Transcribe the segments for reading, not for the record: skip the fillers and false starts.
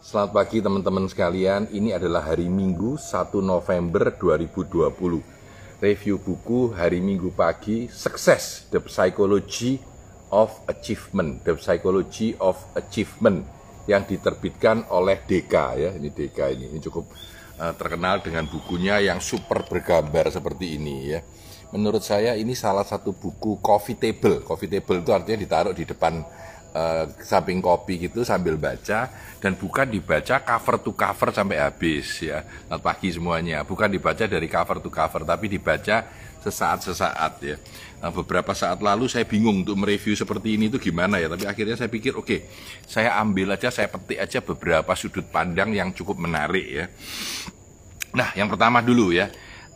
Selamat pagi teman-teman sekalian, ini adalah hari Minggu 1 November 2020. Review buku hari Minggu pagi, Success, The Psychology of Achievement, The Psychology of Achievement, yang diterbitkan oleh Deka ya. Ini Deka ini cukup terkenal dengan bukunya yang super bergambar seperti ini ya. Menurut saya ini salah satu buku coffee table. Coffee table itu artinya ditaruh di depan samping kopi gitu sambil baca, dan bukan dibaca cover to cover sampai habis ya. Selamat pagi semuanya. Bukan dibaca dari cover to cover, tapi dibaca sesaat-sesaat ya. Beberapa saat lalu saya bingung untuk mereview seperti ini itu gimana ya, tapi akhirnya saya pikir oke, saya ambil aja, saya petik aja beberapa sudut pandang yang cukup menarik ya. Nah, yang pertama dulu ya.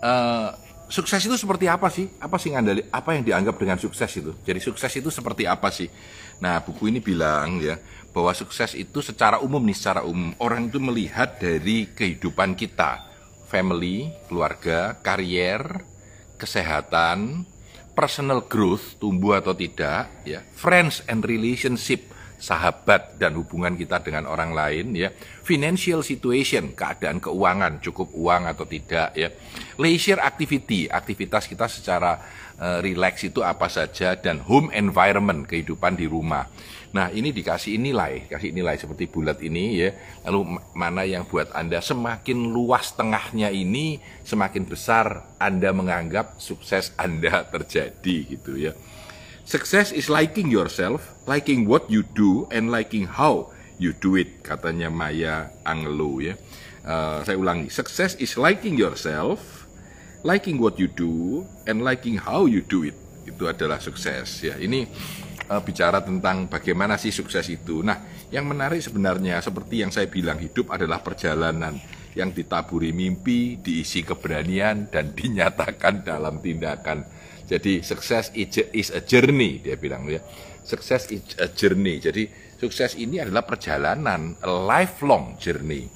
Sukses itu seperti apa sih? Apa yang dianggap dengan sukses itu? Jadi sukses itu seperti apa sih? Nah, buku ini bilang ya bahwa sukses itu secara umum orang itu melihat dari kehidupan kita, family, keluarga, karier, kesehatan, personal growth, tumbuh atau tidak, ya, friends and relationship, sahabat dan hubungan kita dengan orang lain ya, financial situation, keadaan keuangan, cukup uang atau tidak ya, leisure activity, aktivitas kita secara relax itu apa saja, dan home environment, kehidupan di rumah. Nah, ini kasih nilai seperti bulat ini ya. Lalu mana yang buat Anda semakin luas tengahnya ini, semakin besar Anda menganggap sukses Anda terjadi gitu ya. Success is liking yourself, liking what you do, and liking how you do it, katanya Maya Angelou ya. Saya ulangi, success is liking yourself, liking what you do, and liking how you do it. Itu adalah sukses ya. Ini bicara tentang bagaimana sih sukses itu. Nah, yang menarik sebenarnya seperti yang saya bilang, hidup adalah perjalanan yang ditaburi mimpi, diisi keberanian, dan dinyatakan dalam tindakan. Jadi sukses is a journey, dia bilang ya. Sukses is a journey. Jadi sukses ini adalah perjalanan, a lifelong journey.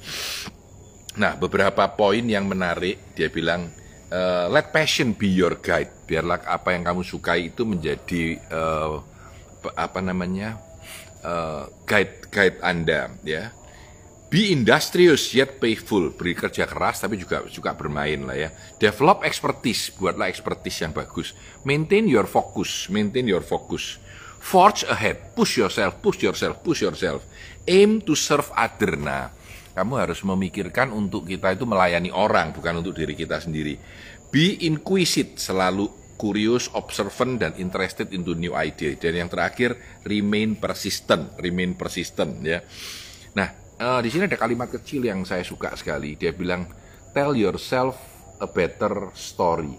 Nah, beberapa poin yang menarik, dia bilang let passion be your guide. Biarlah apa yang kamu sukai itu menjadi guide Anda ya. Be industrious yet playful, bekerja keras tapi juga suka bermain lah ya. Develop expertise, buatlah expertise yang bagus. Maintain your focus. Forge ahead, push yourself. Aim to serve other. Nah, kamu harus memikirkan untuk kita itu melayani orang, bukan untuk diri kita sendiri. Be inquisitive, selalu curious, observant, dan interested into new idea. Dan yang terakhir, remain persistent ya. Nah, di sini ada kalimat kecil yang saya suka sekali. Dia bilang, tell yourself a better story.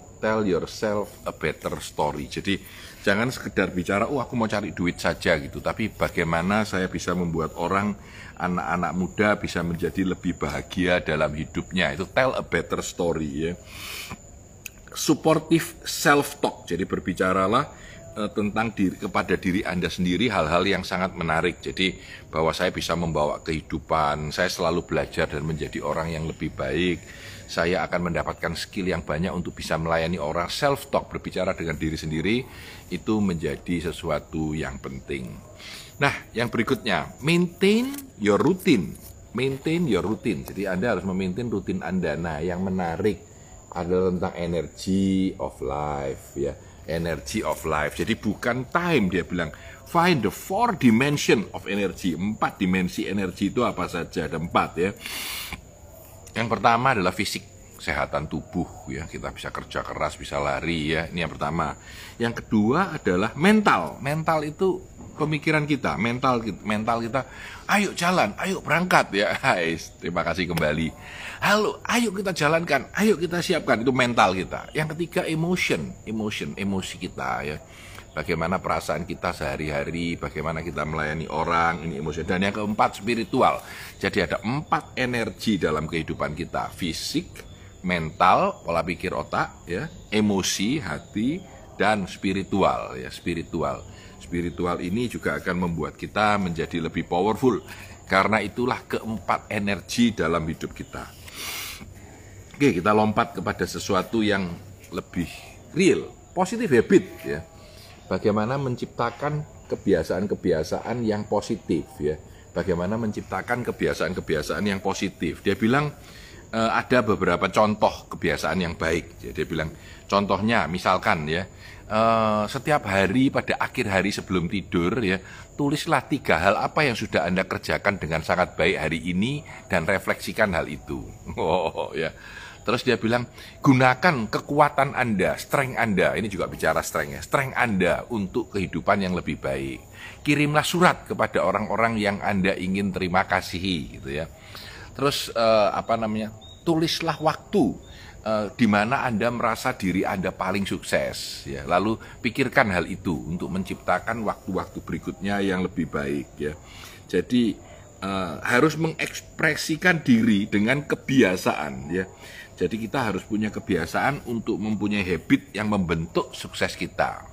Jadi jangan sekedar bicara, aku mau cari duit saja gitu. Tapi bagaimana saya bisa membuat anak-anak muda bisa menjadi lebih bahagia dalam hidupnya. Itu tell a better story ya. Supportive self-talk. Jadi berbicaralah tentang kepada diri Anda sendiri hal-hal yang sangat menarik. Jadi bahwa saya bisa membawa kehidupan, saya selalu belajar dan menjadi orang yang lebih baik, saya akan mendapatkan skill yang banyak untuk bisa melayani orang. Self-talk, berbicara dengan diri sendiri, itu menjadi sesuatu yang penting. Nah, yang berikutnya, maintain your routine. Jadi Anda harus memaintain rutin Anda. Nah, yang menarik adalah tentang energy of life ya. Energy of life. Jadi bukan time, dia bilang find the 4 dimension of energy. 4 dimensi energi itu apa saja? Ada 4 ya. Yang pertama adalah fisik, kesehatan tubuh ya. Kita bisa kerja keras, bisa lari ya. Ini yang pertama. Yang kedua adalah mental. Mental itu pemikiran kita, mental kita. Ayo jalan, ayo berangkat ya. Hai, terima kasih kembali. Halo, ayo kita jalankan, ayo kita siapkan, itu mental kita. Yang ketiga emosi kita ya. Bagaimana perasaan kita sehari-hari, bagaimana kita melayani orang, ini emosi. Dan yang keempat spiritual. Jadi ada 4 energi dalam kehidupan kita. Fisik, mental, pola pikir otak ya, emosi, hati, dan spiritual ya, Spiritual ini juga akan membuat kita menjadi lebih powerful. Karena itulah keempat energi dalam hidup kita. Oke, kita lompat kepada sesuatu yang lebih real, positive habit ya. Bagaimana menciptakan kebiasaan-kebiasaan yang positif ya. bagaimana menciptakan kebiasaan-kebiasaan yang positif. Dia bilang ada beberapa contoh kebiasaan yang baik. Dia bilang contohnya misalkan ya, setiap hari pada akhir hari sebelum tidur ya, tulislah 3 hal apa yang sudah Anda kerjakan dengan sangat baik hari ini dan refleksikan hal itu. Oh ya. Terus dia bilang, gunakan kekuatan Anda, strength Anda, ini juga bicara strength ya, strength Anda untuk kehidupan yang lebih baik. Kirimlah surat kepada orang-orang yang Anda ingin terima kasihi, gitu ya. Terus tulislah waktu di mana Anda merasa diri Anda paling sukses, ya. Lalu pikirkan hal itu untuk menciptakan waktu-waktu berikutnya yang lebih baik, ya. Jadi harus mengekspresikan diri dengan kebiasaan, ya. Jadi kita harus punya kebiasaan untuk mempunyai habit yang membentuk sukses kita.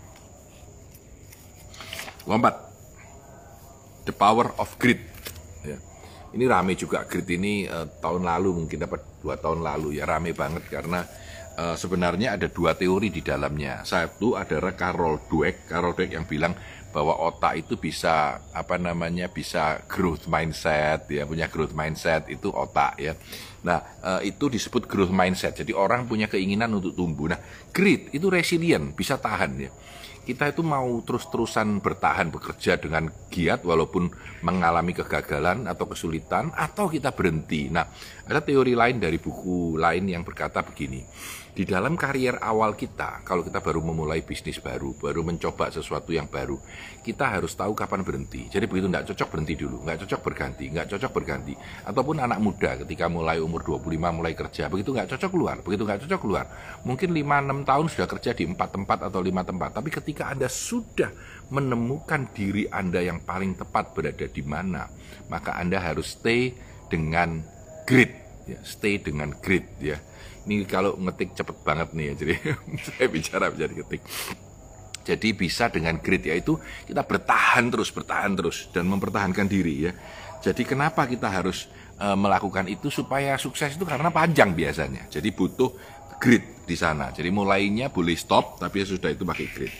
Keempat, the power of grit. Ya. Ini rame juga grit ini tahun lalu, mungkin dapat 2 tahun lalu ya, rame banget karena sebenarnya ada 2 teori di dalamnya. Satu adalah Carol Dweck yang bilang bahwa otak itu bisa bisa growth mindset ya, punya growth mindset itu otak ya. Nah, itu disebut growth mindset. Jadi orang punya keinginan untuk tumbuh. Nah, grit itu resilient, bisa tahan ya. Kita itu mau terus-terusan bertahan bekerja dengan giat walaupun mengalami kegagalan atau kesulitan, atau kita berhenti. Nah, ada teori lain dari buku lain yang berkata begini. Di dalam karier awal kita, kalau kita baru memulai bisnis baru mencoba sesuatu yang baru, kita harus tahu kapan berhenti. Jadi begitu nggak cocok berhenti dulu, nggak cocok berganti. Ataupun anak muda ketika mulai umur 25 mulai kerja, begitu nggak cocok keluar. Mungkin 5-6 tahun sudah kerja di 4 tempat atau 5 tempat, tapi ketika Anda sudah menemukan diri Anda yang paling tepat berada di mana, maka Anda harus stay dengan grit, ya, ya. Ini kalau ngetik cepet banget nih ya, jadi saya bicara ketik. Jadi bisa dengan grit, yaitu kita bertahan terus dan mempertahankan diri ya. Jadi kenapa kita harus melakukan itu supaya sukses itu karena panjang biasanya. Jadi butuh grit di sana. Jadi mulainya boleh stop, tapi sudah itu pakai grit.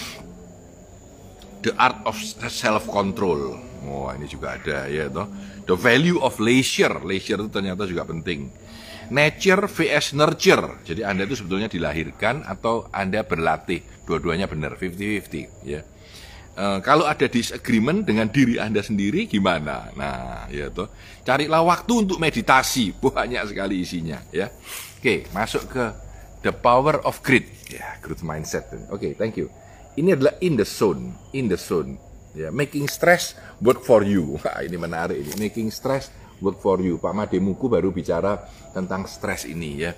The art of self control. Wah, ini juga ada ya toh. The value of leisure. Leisure itu ternyata juga penting. Nature vs nurture. Jadi Anda itu sebetulnya dilahirkan atau Anda berlatih. Dua-duanya benar, 50-50 ya. Kalau ada disagreement dengan diri Anda sendiri gimana? Nah, ya toh. Carilah waktu untuk meditasi. Banyak sekali isinya ya. Oke, masuk ke the power of grit. Ya, growth mindset. Oke, thank you. Ini adalah in the zone. Ya, making stress work for you. Wah, ini menarik ini. Making stress work for you. Pak Mademuku baru bicara tentang stres ini ya.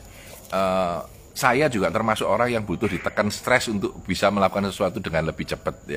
Saya juga termasuk orang yang butuh ditekan stres untuk bisa melakukan sesuatu dengan lebih cepat ya.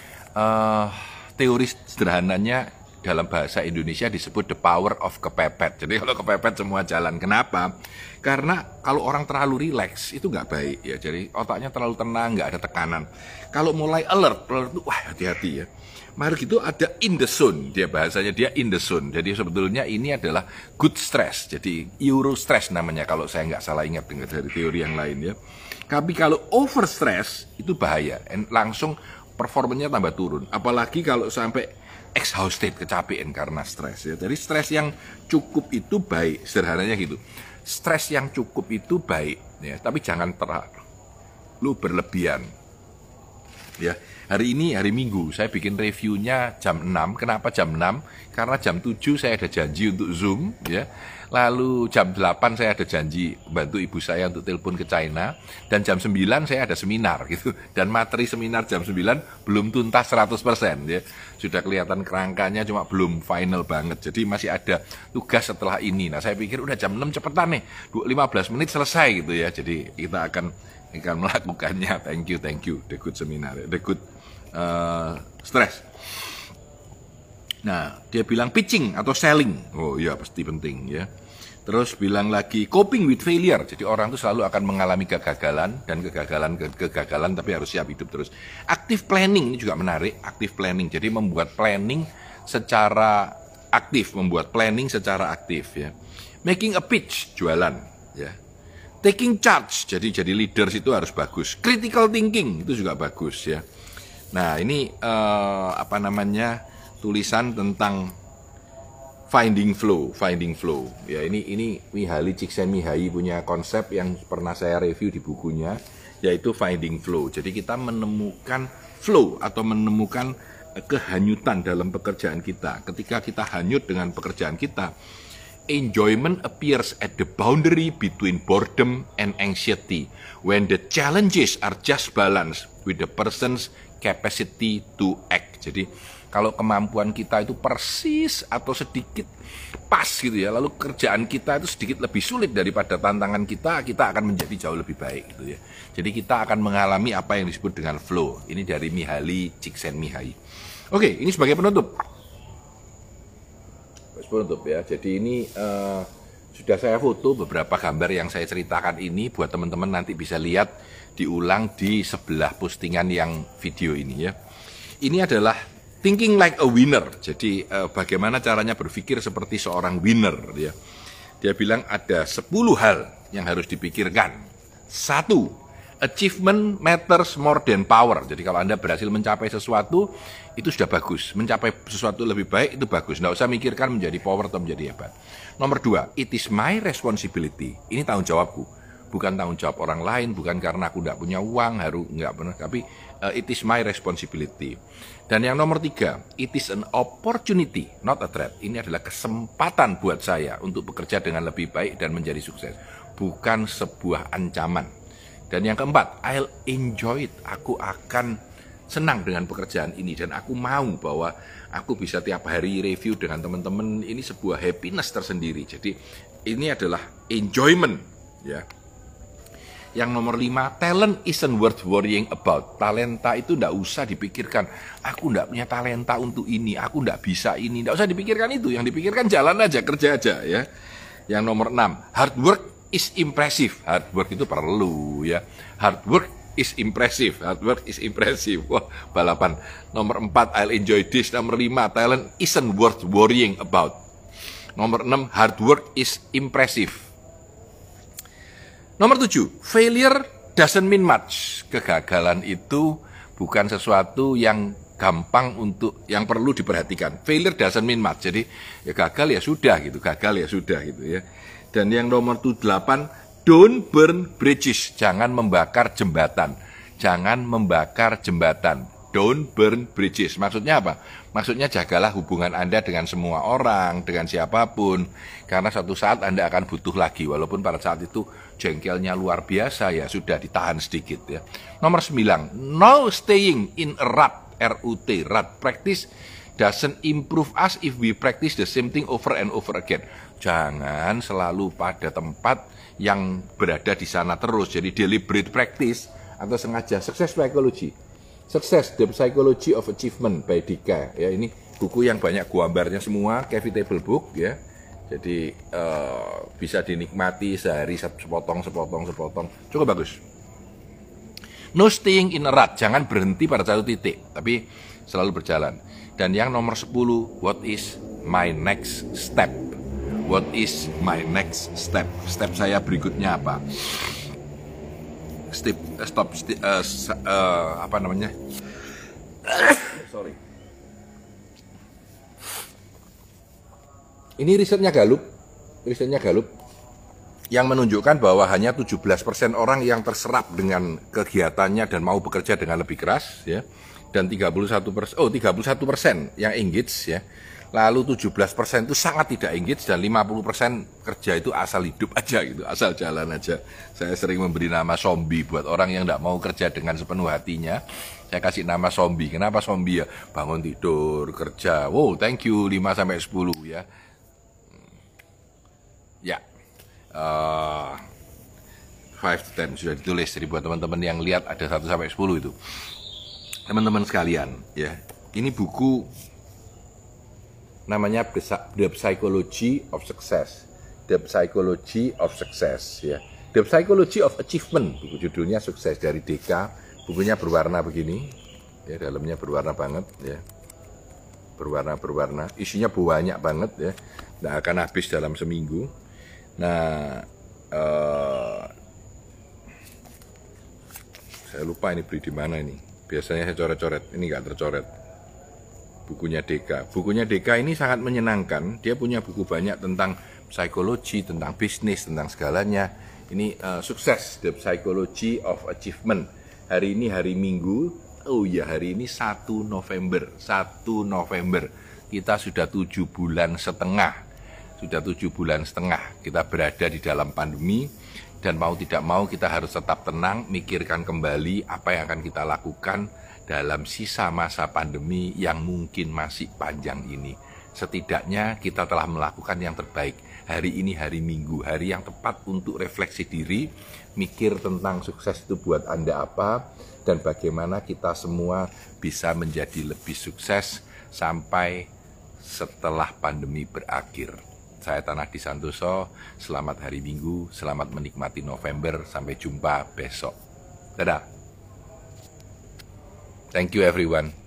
Teori sederhananya dalam bahasa Indonesia disebut the power of kepepet. Jadi kalau kepepet semua jalan. Kenapa? Karena kalau orang terlalu rileks itu nggak baik ya. Jadi otaknya terlalu tenang, nggak ada tekanan. Kalau mulai alert itu wah hati-hati ya. Mari gitu ada in the zone, bahasanya dia in the zone. Jadi sebetulnya ini adalah good stress. Jadi euro stress namanya kalau saya nggak salah ingat dari teori yang lain ya. Tapi kalau over stress itu bahaya, langsung performanya tambah turun. Apalagi kalau sampai exhausted, kecapean karena stres ya. Jadi stres yang cukup itu baik, sederhananya gitu. Stres yang cukup itu baik ya, tapi jangan terlalu berlebihan. Ya, hari ini hari Minggu saya bikin reviewnya jam 6. Kenapa jam 6? Karena jam 7 saya ada janji untuk Zoom ya. Lalu jam 8 saya ada janji bantu ibu saya untuk telepon ke China, dan jam 9 saya ada seminar gitu. Dan materi seminar jam 9 belum tuntas 100% ya. Sudah kelihatan kerangkanya cuma belum final banget. Jadi masih ada tugas setelah ini. Nah, saya pikir udah jam 6 cepetan nih. 15 menit selesai gitu ya. Jadi kita akan melakukannya. Thank you the good seminar, the good stress. Nah, dia bilang pitching atau selling. Oh iya, pasti penting ya. Terus bilang lagi coping with failure. Jadi orang itu selalu akan mengalami kegagalan dan kegagalan tapi harus siap hidup terus. Active planning ini juga menarik, active planning. Jadi membuat planning secara aktif ya. Making a pitch, jualan ya. Taking charge, jadi leaders itu harus bagus. Critical thinking itu juga bagus ya. Nah, ini tulisan tentang finding flow. Ya, ini Mihaly Csikszentmihalyi punya konsep yang pernah saya review di bukunya, yaitu finding flow. Jadi kita menemukan flow atau menemukan kehanyutan dalam pekerjaan kita. Ketika kita hanyut dengan pekerjaan kita, enjoyment appears at the boundary between boredom and anxiety when the challenges are just balanced with the person's capacity to act. Jadi kalau kemampuan kita itu persis atau sedikit pas gitu ya, lalu kerjaan kita itu sedikit lebih sulit daripada tantangan kita akan menjadi jauh lebih baik gitu ya. Jadi kita akan mengalami apa yang disebut dengan flow. Ini dari Mihaly Csikszentmihalyi. Oke, ini sebagai penutup. Ya. Jadi ini sudah saya foto beberapa gambar yang saya ceritakan ini buat teman-teman nanti bisa lihat diulang di sebelah postingan yang video ini ya. Ini adalah thinking like a winner. Jadi bagaimana caranya berpikir seperti seorang winner ya. Dia bilang ada 10 hal yang harus dipikirkan. 1. Achievement matters more than power. Jadi kalau Anda berhasil mencapai sesuatu, itu sudah bagus. Mencapai sesuatu lebih baik, itu bagus. Nggak usah mikirkan menjadi power atau menjadi hebat. Nomor 2, it is my responsibility. Ini tanggung jawabku. Bukan tanggung jawab orang lain, bukan karena aku nggak punya uang, nggak pernah. Tapi it is my responsibility. Dan yang nomor 3, it is an opportunity, not a threat. Ini adalah kesempatan buat saya untuk bekerja dengan lebih baik dan menjadi sukses. Bukan sebuah ancaman. Dan yang keempat, I'll enjoy it. Aku akan senang dengan pekerjaan ini dan aku mau bahwa aku bisa tiap hari review dengan teman-teman. Ini sebuah happiness tersendiri. Jadi ini adalah enjoyment ya. Yang nomor 5, talent isn't worth worrying about. Talenta itu enggak usah dipikirkan. Aku enggak punya talenta untuk ini, aku enggak bisa ini. Enggak usah dipikirkan itu. Yang dipikirkan jalan aja, kerja aja ya. Yang nomor 6, hard work is impressive. Hard work itu perlu ya. Hard work is impressive. Hard work is impressive. Wah, balapan. Nomor 4, I'll enjoy this. Nomor 5, talent isn't worth worrying about. Nomor 6, hard work is impressive. Nomor 7, failure doesn't mean much. Kegagalan itu bukan sesuatu yang gampang yang perlu diperhatikan. Failure doesn't mean much. Jadi ya gagal ya sudah gitu, gagal ya sudah gitu ya. Dan yang nomor 8, don't burn bridges. Jangan membakar jembatan. Jangan membakar jembatan. Don't burn bridges. Maksudnya apa? Maksudnya jagalah hubungan Anda dengan semua orang, dengan siapapun. Karena suatu saat Anda akan butuh lagi. Walaupun pada saat itu jengkelnya luar biasa, ya sudah ditahan sedikit ya. Nomor 9, no staying in a rut. RUT, rut. Practice doesn't improve us if we practice the same thing over and over again. Jangan selalu pada tempat yang berada di sana terus. Jadi deliberate practice atau sengaja. Success Psychology. Success, The Psychology of Achievement by Dika. Ya, ini buku yang banyak gambarnya semua, cavitable book ya. Jadi bisa dinikmati sehari sepotong. Cukup bagus. No staying in a rut. Jangan berhenti pada satu titik, tapi selalu berjalan. Dan yang nomor 10, what is my next step? What is my next step? Step saya berikutnya apa? Apa namanya? Sorry. Ini risetnya Gallup yang menunjukkan bahwa hanya 17% orang yang terserap dengan kegiatannya dan mau bekerja dengan lebih keras ya. Dan 31% yang engage ya. Lalu 17% itu sangat tidak engage dan 50% kerja itu asal hidup aja gitu, asal jalan aja. Saya sering memberi nama zombie buat orang yang tidak mau kerja dengan sepenuh hatinya. Saya kasih nama zombie. Kenapa zombie ya? Bangun tidur, kerja. Wow, thank you 5-10 ya. Ya. 5 to 10 sudah ditulis. Jadi buat teman-teman yang lihat ada 1-10 itu. Teman-teman sekalian, ya. Ini buku namanya The Psychology of Success. The Psychology of Success ya. The Psychology of Achievement, buku judulnya Sukses dari Deka. Bukunya berwarna begini. Ya, dalamnya berwarna banget ya. Berwarna. Isinya banyak banget ya. Nggak akan habis dalam seminggu. Nah, saya lupa ini beli di mana ini. Biasanya saya coret-coret, ini nggak tercoret. bukunya Deka. Bukunya Deka ini sangat menyenangkan. Dia punya buku banyak tentang psikologi, tentang bisnis, tentang segalanya. Ini sukses, The Psychology of Achievement. Hari ini hari Minggu. Oh ya, hari ini 1 November. 1 November. Kita sudah 7 bulan setengah. Sudah 7 bulan setengah kita berada di dalam pandemi. Dan mau tidak mau kita harus tetap tenang, mikirkan kembali apa yang akan kita lakukan dalam sisa masa pandemi yang mungkin masih panjang ini. Setidaknya kita telah melakukan yang terbaik. Hari ini hari Minggu, hari yang tepat untuk refleksi diri, mikir tentang sukses itu buat Anda apa, dan bagaimana kita semua bisa menjadi lebih sukses sampai setelah pandemi berakhir. Saya Tanah Di Santoso, selamat hari Minggu, selamat menikmati November, sampai jumpa besok. Dadah. Thank you everyone.